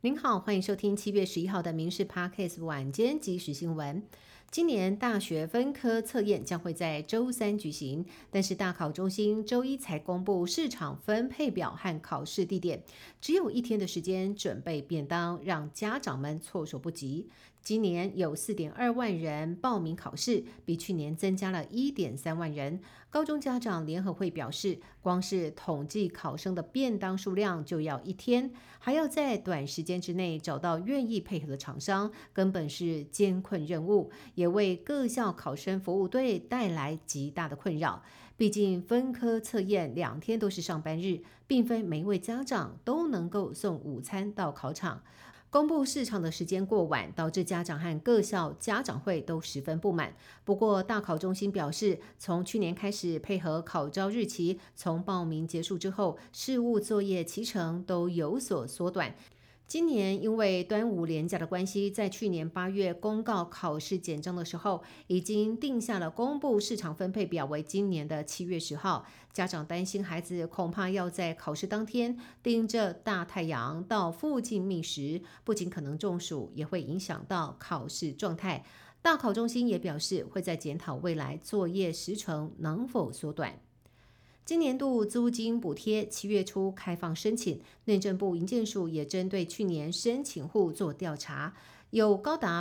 您好，欢迎收听7月11号的民事 Podcast 晚间即时新闻。今年大学分科测验将会在周三举行，但是大考中心周一才公布市场分配表和考试地点，只有1天的时间准备便当，让家长们措手不及。今年有4.2万人报名考试，比去年增加了1.3万人。高中家长联合会表示，光是统计考生的便当数量就要1天，还要在短时间之内找到愿意配合的厂商，根本是艰困任务，也为各校考生服务队带来极大的困扰。毕竟分科测验2天都是上班日，并非每一位家长都能够送午餐到考场。公布市场的时间过晚，导致家长和各校家长会都十分不满。不过大考中心表示，从去年开始配合考招日期，从报名结束之后，事务作业期程都有所缩短。今年因为端午连假的关系，在去年8月公告考试简章的时候，已经定下了公布市场分配表为今年的7月10号。家长担心孩子恐怕要在考试当天盯着大太阳到附近觅食，不仅可能中暑，也会影响到考试状态。大考中心也表示，会在检讨未来作业时程能否缩短。今年度租金补贴7月初开放申请，内政部营建署也针对去年申请户做调查，有高达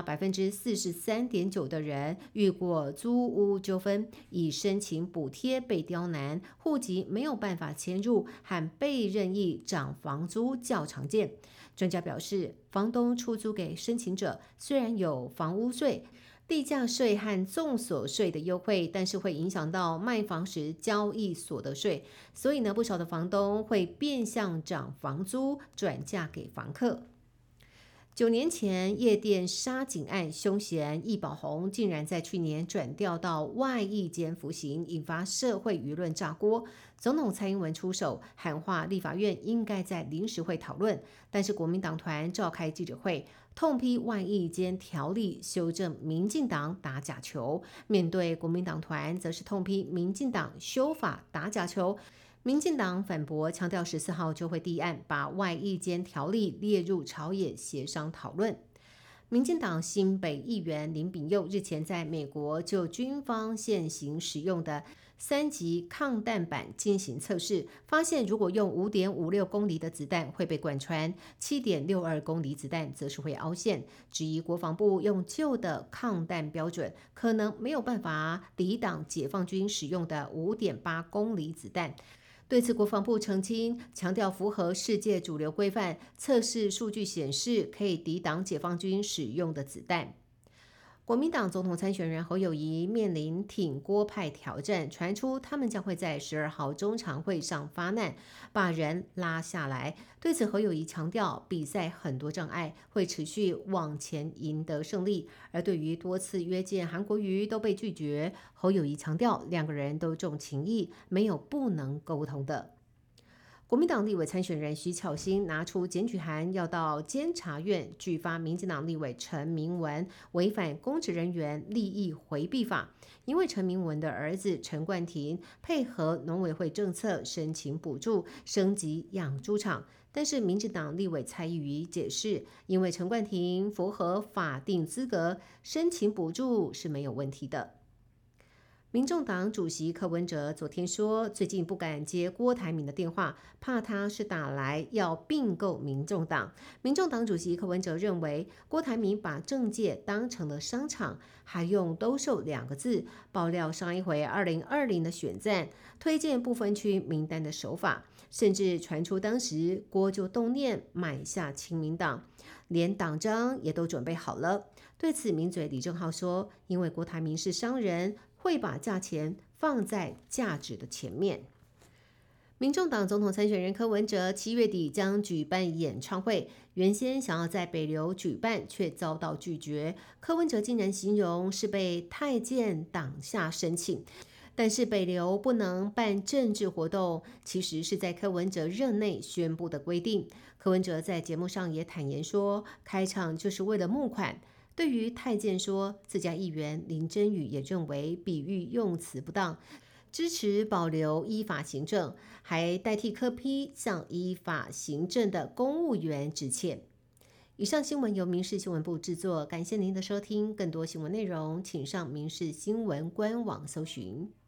43.9%的人遇过租屋纠纷，以申请补贴被刁难，户籍没有办法迁入，和被任意涨房租较常见。专家表示，房东出租给申请者，虽然有房屋税、地价税和综所税的优惠，但是会影响到卖房时交易所得税，所以呢，不少的房东会变相涨房租转嫁给房客。9年前夜店杀警案凶嫌易宝红竟然在去年转调到外役监服刑，引发社会舆论炸锅。总统蔡英文出手喊话立法院应该在临时会讨论，但是国民党团召开记者会，痛批外役监条例修正民进党打假球。面对国民党团则是痛批民进党修法打假球。民进党反驳，强调14号就会立案，把外役监条例列入朝野协商讨论。民进党新北议员林炳佑日前在美国就军方现行使用的3级抗弹板进行测试，发现如果用5.56公里的子弹会被贯穿，7.62公里子弹则是会凹陷，质疑国防部用旧的抗弹标准，可能没有办法抵挡解放军使用的5.8公里子弹。对此，国防部澄清，强调符合世界主流规范，测试数据显示可以抵挡解放军使用的子弹。国民党总统参选人侯友宜面临挺郭派挑战，传出他们将会在12号中常会上发难，把人拉下来。对此，侯友宜强调，比赛很多障碍，会持续往前赢得胜利。而对于多次约见韩国瑜都被拒绝，侯友宜强调，2个人都重情义，没有不能沟通的。国民党立委参选人徐巧芯拿出检举函，要到监察院举发民进党立委陈明文违反公职人员利益回避法，因为陈明文的儿子陈冠廷配合农委会政策申请补助升级养猪场，但是民进党立委蔡依瑜解释，因为陈冠廷符合法定资格，申请补助是没有问题的。民众党主席柯文哲昨天说，最近不敢接郭台铭的电话，怕他是打来要并购民众党。民众党主席柯文哲认为，郭台铭把政界当成了商场，还用兜售2个字，爆料上一回2020的选战推荐不分区名单的手法，甚至传出当时郭就动念买下亲民党，连党章也都准备好了。对此，名嘴李正皓说，因为郭台铭是商人，会把价钱放在价值的前面。民众党总统参选人柯文哲7月底将举办演唱会，原先想要在北流举办，却遭到拒绝。柯文哲竟然形容是被太监挡下申请。但是北流不能办政治活动，其实是在柯文哲任内宣布的规定。柯文哲在节目上也坦言说，开场就是为了募款。对于太监说，自家议员林真宇也认为比喻用词不当，支持保留依法行政，还代替柯 P 向依法行政的公务员致歉。 以上新闻由民事新闻部制作，感谢您的收听。更多新闻内容，请上民事新闻官网搜寻。